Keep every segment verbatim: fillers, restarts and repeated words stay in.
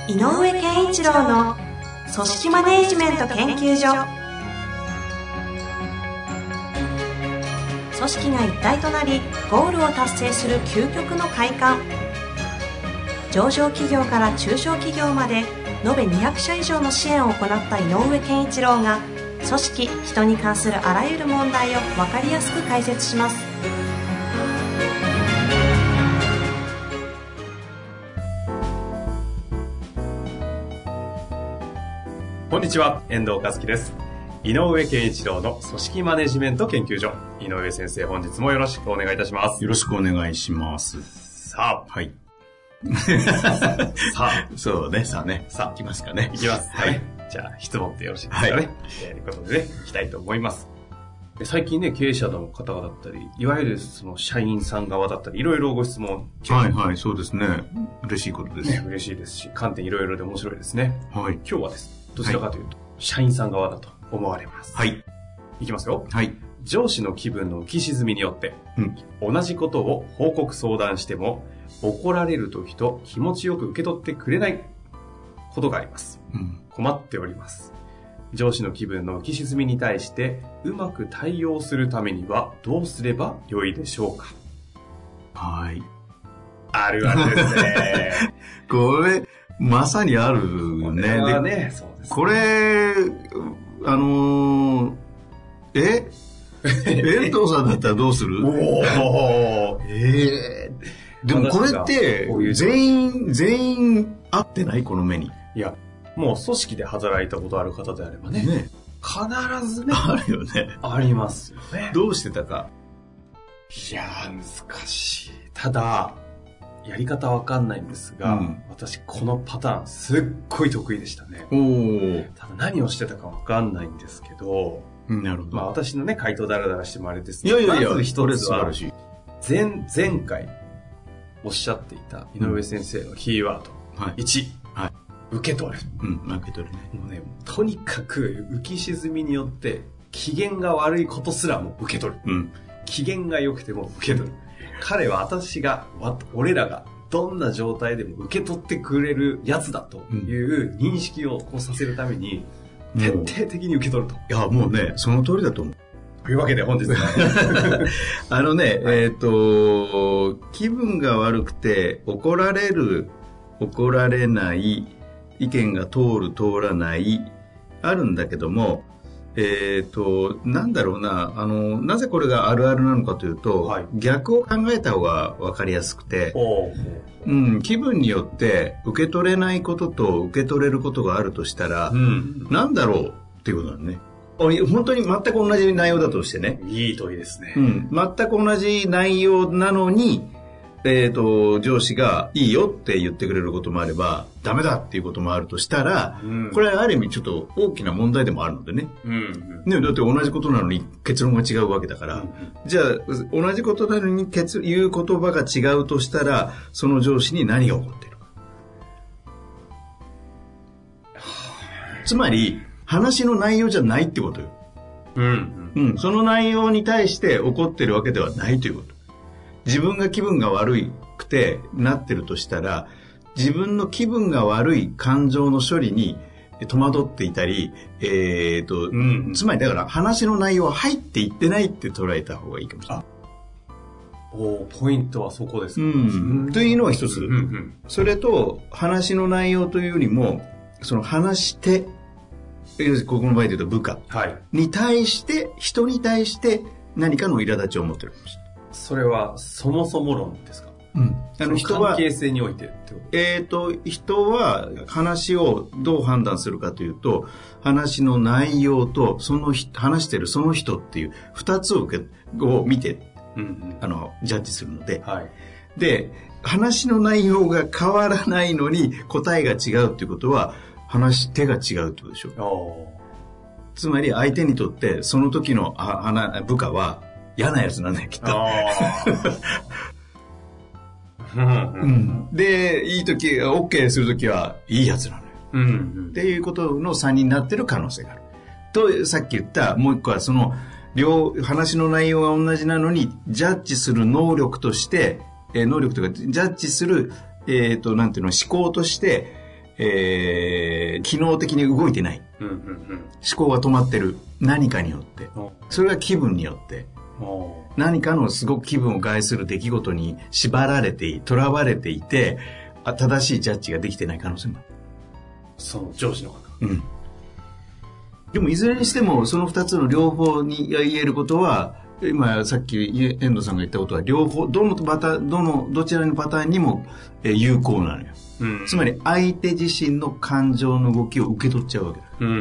井上健一郎の組織マネジメント研究所。組織が一体となりゴールを達成する究極の快感。上場企業から中小企業まで延べにひゃくしゃ以上の支援を行った井上健一郎が、組織・人に関するあらゆる問題を分かりやすく解説します。 こんにちは、遠藤和樹です。井上健一郎の組織マネジメント研究所。井上先生、本日もよろしくお願いいたします。 よろしくお願いします。 さあ、 はい。 さあ、 そうね、さあね、 さあ、 いきますかね。 いきます。 はい。 じゃあ、質問ってよろしいですかね。はい。ということでね、いきたいと思います。最近ね、経営者の方々だったり、いわゆるその社員さん側だったり、いろいろご質問。 はいはい、そうですね。嬉しいことです。 ね、嬉しいですし、観点いろいろで面白いですね。 はい。 今日はですね、どちらかというと、はい、社員さん側だと思われます。 はい。 いきますよ。 はい。 上司の気分の浮き沈みによって、うん、同じことを報告相談しても、怒られるときと気持ちよく受け取ってくれないことがあります。うん、困っております。上司の気分の浮き沈みに対してうまく対応するためにはどうすればよいでしょうか。 はい。 あるあるですね。 これ、まさにあるね。 これはね、そうですね。 これ、あのー、え遠藤さんだったらどうする？おー、えー、でもこれって全員全員合ってない？この目に。 いや、もう組織で働いたことある方であればね、ね、必ずね、 あるよね。 ありますよね。 どうしてたか。 いやー、難しい。ただやり方わかんないんですが、うん、私このパターンすっごい得意でしたね。 おー。 ただ何をしてたかわかんないんですけど、 なるほど。 まあ私のね、回答だらだらしてもあれですけど、 いやいやいや、 まず一つは、 前、 前回おっしゃっていた井上先生のキーワード、うん、はい、いち、はい、受け取る。 うん、受け取るね。 もうね、とにかく浮き沈みによって機嫌が悪いことすらも受け取る。うん、機嫌が良くても受け取る。彼は私が、俺らがどんな状態でも受け取ってくれるやつだという認識をこうさせるために、徹底的に受け取ると。 いや、もうね、その通りだと思う。 というわけで本日ね。 あのね、はい、えっと、気分が悪くて怒られる、怒られない、意見が通る、通らない、あるんだけども、えっと、なんだろうな、あの、なぜこれがあるあるなのかというと、はい、逆を考えた方が分かりやすくて、うん、気分によって受け取れないことと受け取れることがあるとしたら、うん、なんだろうっていうことだね。本当に全く同じ内容だとしてね。 いい問いですね。 うん、全く同じ内容なのに、えっと、上司がいいよって言ってくれることもあれば、ダメだっていうこともあるとしたら、うん、これはある意味ちょっと大きな問題でもあるのでね。うんうん、ね、だって同じことなのに結論が違うわけだから、うんうん、じゃあ同じことなのに結言う言葉が違うとしたら、その上司に何が起こっているか。つまり、話の内容じゃないってことよ。うんうんうん、その内容に対して怒ってるわけではないということ。自分が気分が悪くてなってるとしたら、自分の気分が悪い感情の処理に戸惑っていたり、えーとうんうん、つまりだから話の内容は入っていってないって捉えた方がいいかもしれない。 おポイントはそこですか、 うんうん、というのは一つ、うんうん、それと話の内容というよりもその話してここの場合で言うと部下に対して、はい、人に対して何かの苛立ちを持ってるかもしれない。 それはそもそも論ですか？ うん、あの人は関係性においてってこと？ えーと、人は話をどう判断するかというと、話の内容とその話してるその人っていう二つを受けを見て、うんうん、あのジャッジするので、はい、で話の内容が変わらないのに答えが違うっていうことは話手が違うってことでしょ。つまり相手にとってその時のあ部下は嫌なやつなんだよきっと。うん、でいい時 OK する時はいいやつなのよ、うんうん、っていうことの差になってる可能性があると、さっき言ったもう一個はその両話の内容が同じなのにジャッジする能力として、えー、能力というかジャッジする、えー、となんていうの思考として、ええー、機能的に動いてない、 うんうんうん、 思考が止まってる何かによって、それが気分によって、何かのすごく気分を害する出来事に縛られてとらわれていて、正しいジャッジができてない可能性もある。 その上司の方、 うん、でもいずれにしてもそのふたつの両方に言えることは、今さっき遠藤さんが言ったことは両方どのパターンどのどちらのパターンにも有効なのよ、うん、つまり相手自身の感情の動きを受け取っちゃうわけだ、うんうんうん、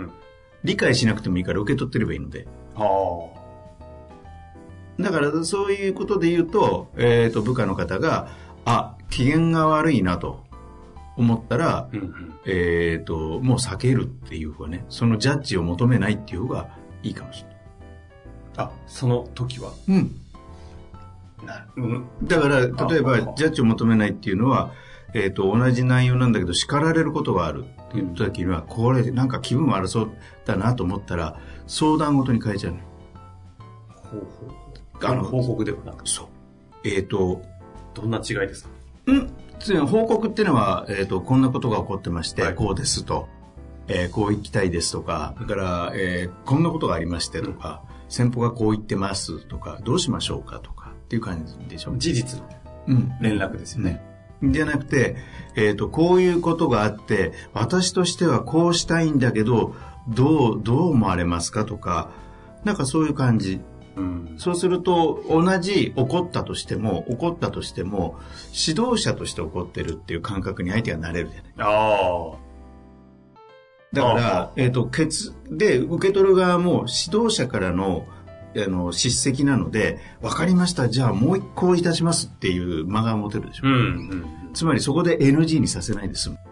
理解しなくてもいいから受け取ってればいいので、はあ、だからそういうことで言うと、えーと、部下の方があ機嫌が悪いなと思ったら、うんうん、えーと、もう避けるっていう方がね、そのジャッジを求めないっていう方がいいかもしれない。 あ、その時は、 うん、なる、うん、だから例えばジャッジを求めないっていうのは、えーと、同じ内容なんだけど叱られることがあるって言った時には、うん、これなんか気分悪そうだなと思ったら相談ごとに変えちゃうの。 ほうほうほう。あの報告ではなく、 そう、えーとどんな違いですか？ うん、報告っていうのは、えーと、こんなことが起こってまして、はい、こうですと、えー、こう行きたいですとか、だから、えー、こんなことがありましてとか、うん、先方がこう言ってますとか、どうしましょうかとかっていう感じでしょ。 事実の連絡ですよね。 うん、じゃなくて、えーと、こういうことがあって、私としてはこうしたいんだけど、どう、どう思われますかとか、なんかそういう感じ。うん、そうすると同じ怒ったとしても怒ったとしても指導者として怒ってるっていう感覚に相手がなれるじゃない。あだからえっとケツで受け取る側も指導者からのあの叱責なので分かりましたじゃあもう一個いたしますっていう間が持てるでしょ、うんうん、つまりそこで エヌジー にさせないで済む。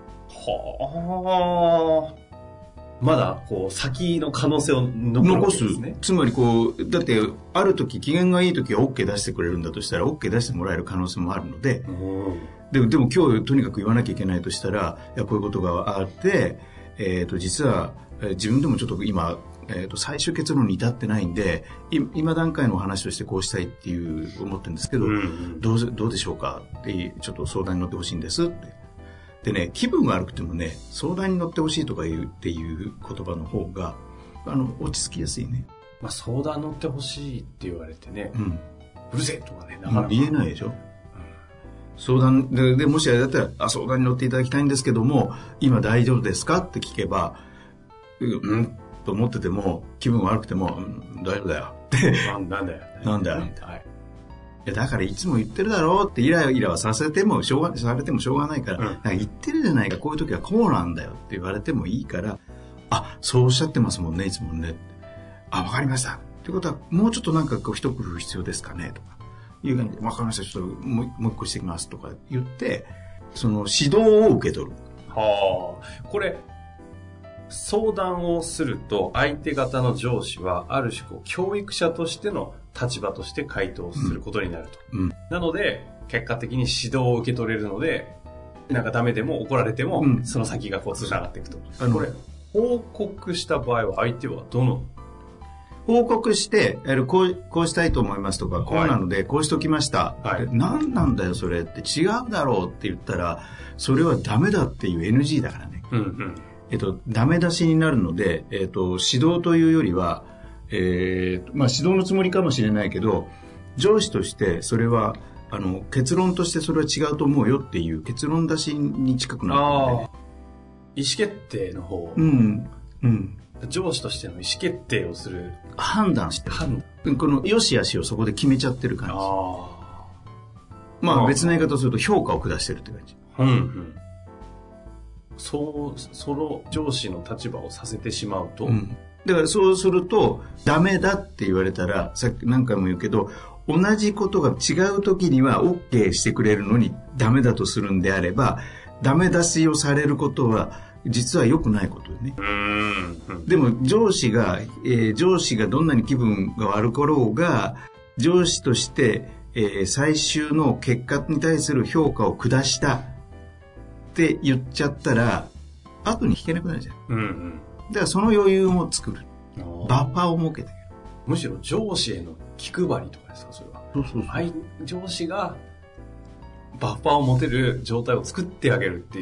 はあ。まだこう先の可能性を残すんですね。 残す。つまりこうだってある時機嫌がいい時は OK 出してくれるんだとしたら OK 出してもらえる可能性もあるので、でもでも今日とにかく言わなきゃいけないとしたらいやこういうことがあって、えー、と実は、えー、自分でもちょっと今、えー、と最終結論に至ってないんで今段階の話としてこうしたいっていう思ってるんですけど、うんうん、どうどうでしょうかってちょっと相談に乗ってほしいんですって。でね、気分が悪くてもね、相談に乗ってほしいとか言うっていう言葉の方が、あの、落ち着きやすいね。 まあ、相談乗ってほしいって言われてね、うん、うるせえとかね、なかなか。 言えないでしょ、うん、相談で、で、もしあれだったら、あ、相談に乗っていただきたいんですけども、今大丈夫ですかって聞けば、うん、と思ってても、気分悪くても、うん、大丈夫だよ。 なんだよ。 なんだよ。はい。いやだからいつも言ってるだろうってイライラはさせてもしょうがされてもしょうがないから、うん、なんか言ってるじゃないかこういう時はこうなんだよって言われてもいいからあそうおっしゃってますもんねいつもねあわかりましたってことはもうちょっとなんかこう一工夫必要ですかねとかいう感じでわかりましたちょっともう、もう一個してきますとか言ってその指導を受け取る。 はあこれ相談をすると相手方の上司はある種こう教育者としての立場として回答することになると、うん、なので結果的に指導を受け取れるのでなんかダメでも怒られても、うん、その先がこうつながっていくと、うん、これ報告した場合は相手はどの報告してこう、こうしたいと思いますとかこうなのでこうしときました、はい、何なんだよそれって違うだろうって言ったらそれはダメだっていう エヌジー だからね、うんうんえっと、ダメ出しになるので、えっと、指導というよりはえーまあ、指導のつもりかもしれないけど上司としてそれはあの結論としてそれは違うと思うよっていう結論出しに近くなるので、ね、 意思決定の方、 うんうん、 上司としての意思決定をする判断して判断この良し悪しをそこで決めちゃってる感じ。あまあ別な言い方をすると評価を下してるって感じ、うんうん、 そうその上司の立場をさせてしまうと、うんだからそうするとダメだって言われたらさっき何回も言うけど同じことが違う時には OK してくれるのにダメだとするんであればダメ出しをされることは実は良くないことよね。うんでも上司が、えー、上司がどんなに気分が悪かろうが上司として、えー、最終の結果に対する評価を下したって言っちゃったら後に引けなくなるじゃん。うんうんだからその余裕も作るバッファーを設けてあげる。 むしろ上司への気配りとかですかそれは。そうそうそう。上司がバッファーを持てる状態を作ってあげるっていう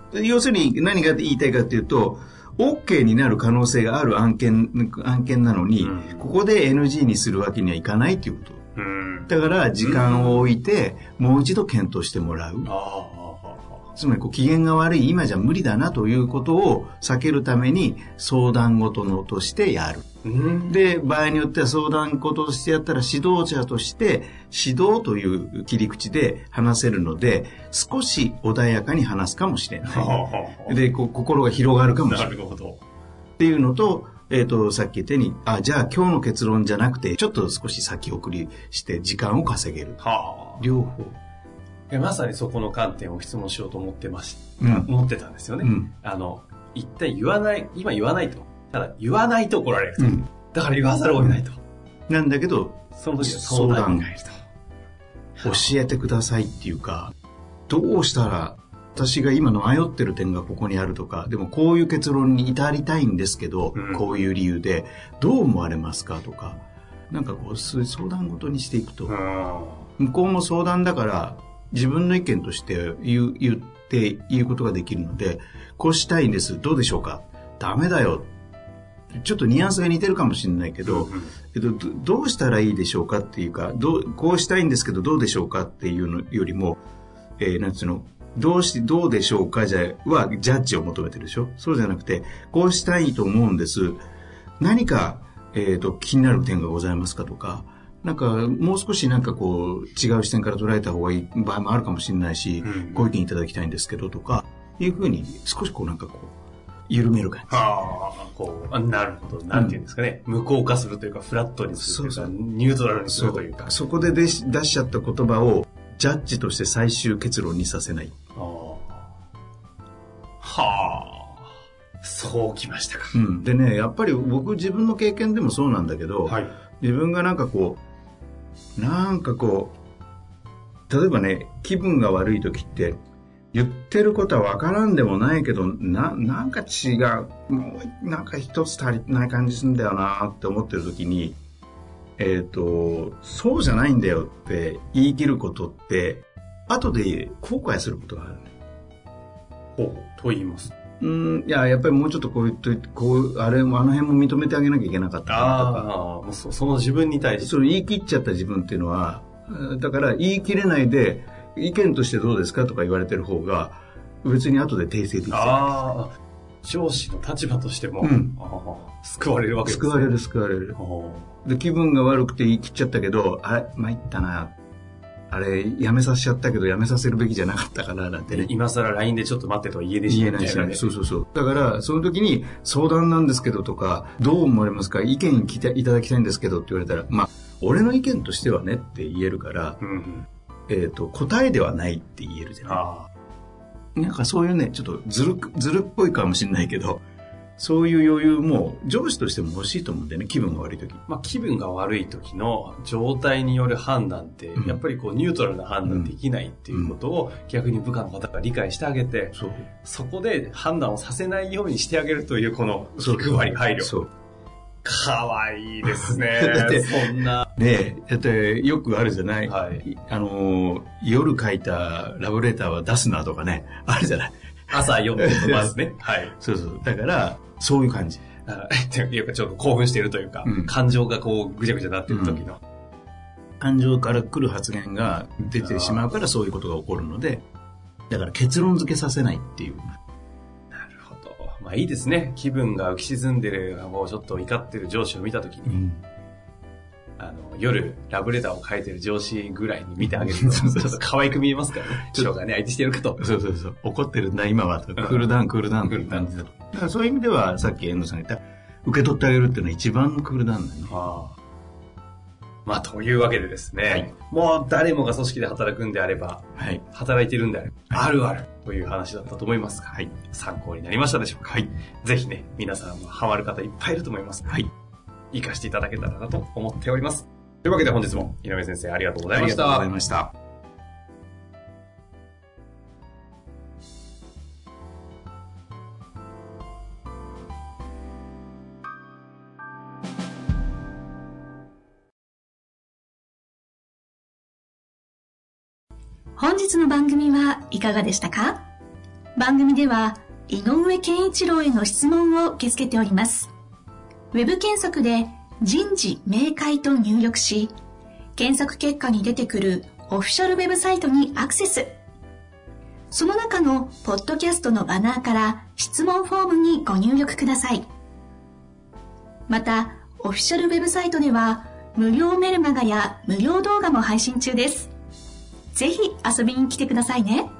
要するに何が言いたいかというと、OK になる可能性がある案件、案件なのに、うん、ここで エヌジー にするわけにはいかないということ。うん、だから時間を置いて、もう一度検討してもらう。うん、つまりこう機嫌が悪い今じゃ無理だなということを避けるために相談事のとしてやる。うん、で、場合によっては相談事としてやったら指導者として指導という切り口で話せるので、少し穏やかに話すかもしれない。で、こ心が広がるかもしれない。なるほど。っていうのと、えっと、さっき言ったように、あ、じゃあ今日の結論じゃなくて、ちょっと少し先送りして時間を稼げる。はあ、両方。 いやまさにそこの観点を質問しようと思ってまし、うん、思ってたんですよね。うん、あの、一体言わない、今言わないと。ただ、言わないと怒られると。うん、だから言わざるを得ないと。 なんだけど、 その時は相談がいると。教えてくださいっていうか、どうしたら、私が今の迷ってる点がここにあるとか、でもこういう結論に至りたいんですけど、うん、こういう理由で、どう思われますかとか、なんかこう、そういう相談ごとにしていくと、向こうも相談だから、自分の意見として言う、言って言うことができるので、こうしたいんです。どうでしょうか？ダメだよ。ちょっとニュアンスが似てるかもしれないけど、うん、えっと、どうしたらいいでしょうかっていうか、どう、こうしたいんですけどどうでしょうかっていうのよりも、えー、なんつうの、どうし、どうでしょうかじゃ、は、ジャッジを求めてるでしょ？そうじゃなくて、こうしたいと思うんです。何か、えっと、気になる点がございますかとか、なんか、もう少しなんかこう、違う視点から捉えた方がいい場合もあるかもしれないし、うん、ご意見いただきたいんですけどとか、いうふうに、少しこうなんかこう、緩める感じ。 ああ、こう、なるほど。なんていうんですかね。うん、無効化するというか、フラットにするというか、そうそうニュートラルにするというか。 そ, そこで出し、出しちゃった言葉を、ジャッジとして最終結論にさせない。あはあ。そうきましたか。 うん。でね、やっぱり僕自分の経験でもそうなんだけど、はい、自分がなんかこう、なんかこう、例えばね、気分が悪い時って、言ってることは分からんでもないけど、な、なんか違う、もうなんか一つ足りない感じするんだよなって思ってる時に、えっと、そうじゃないんだよって言い切ることって、後で後悔することがあるね。 ほう、と言います。 うん、いや、やっぱりもうちょっとこう言っといて、こう、あれもあの辺も認めてあげなきゃいけなかったなとか。 ああ、そ, その自分に対して。 そう言い切っちゃった自分っていうのは、だから言い切れないで、意見としてどうですかとか言われてる方が、別に後で訂正できちゃう。ああ、 上司の立場としても、うん、あ救われるわけですね。 救われる、救われる。で、気分が悪くて言い切っちゃったけど、あれ、参ったな。あれ、やめさせちゃったけど、やめさせるべきじゃなかったかな、なんてね。 今更 ライン でちょっと待ってとは言えでしまうみたいな、ね。言えないし、そうそうそう。だから、その時に、相談なんですけどとか、どう思われますか？意見聞いていただきたいんですけどって言われたら、まあ、俺の意見としてはねって言えるから、うんうん、えっと、答えではないって言えるじゃない。あなんかそういうね、ちょっとずる、ずるっぽいかもしれないけど、そういう余裕も上司としても欲しいと思うんだよね、気分が悪い時。 まあ気分が悪い時の状態による判断って、うん、やっぱりこうニュートラルな判断できないっていうことを逆に部下の方が理解してあげて、そうそこで判断をさせないようにしてあげるというこの気配り配慮。そうかわいいですね。だってそんな。 ねえ、だってよくあるじゃない、はい、あの、夜書いたラブレターは出すなとかね、あるじゃない朝読んで飛ばすね。 はい。そうそう。だから、そういう感じ。 っていうかちょっと興奮しているというか、うん、感情がこうぐちゃぐちゃなってる時の、うん。 感情から来る発言が出てしまうからそういうことが起こるので、だから結論付けさせないっていう。 まあいいですね。気分が浮き沈んでる、もうちょっと怒ってる上司を見たときに、うん、あの、夜、ラブレターを書いてる上司ぐらいに見てあげると、ちょっと可愛く見えますからね。しょうがね、相手してるかと。 そうそうそう。怒ってるんだ、今は。クールダウン、クールダウン、クールダウン。だからそういう意味では、さっき遠藤さんが言った、受け取ってあげるっていうのは一番のクールダウンだよね。あまあ、というわけでですね、はい、もう誰もが組織で働くんであれば、はい、働いているんであれば、はい、あるあるという話だったと思いますが、はい、参考になりましたでしょうか。はい、ぜひね、皆さんもハマる方いっぱいいると思います。はい、活かしていただけたらなと思っております。というわけで本日も井上先生ありがとうございました。 ありがとうございました。 本日の番組はいかがでしたか？ 番組では井上健一郎への質問を受け付けております。ウェブ検索で人事明快と入力し、検索結果に出てくるオフィシャルウェブサイトにアクセス。その中のポッドキャストのバナーから質問フォームにご入力ください。また、オフィシャルウェブサイトでは無料メルマガや無料動画も配信中です。ぜひ遊びに来てくださいね。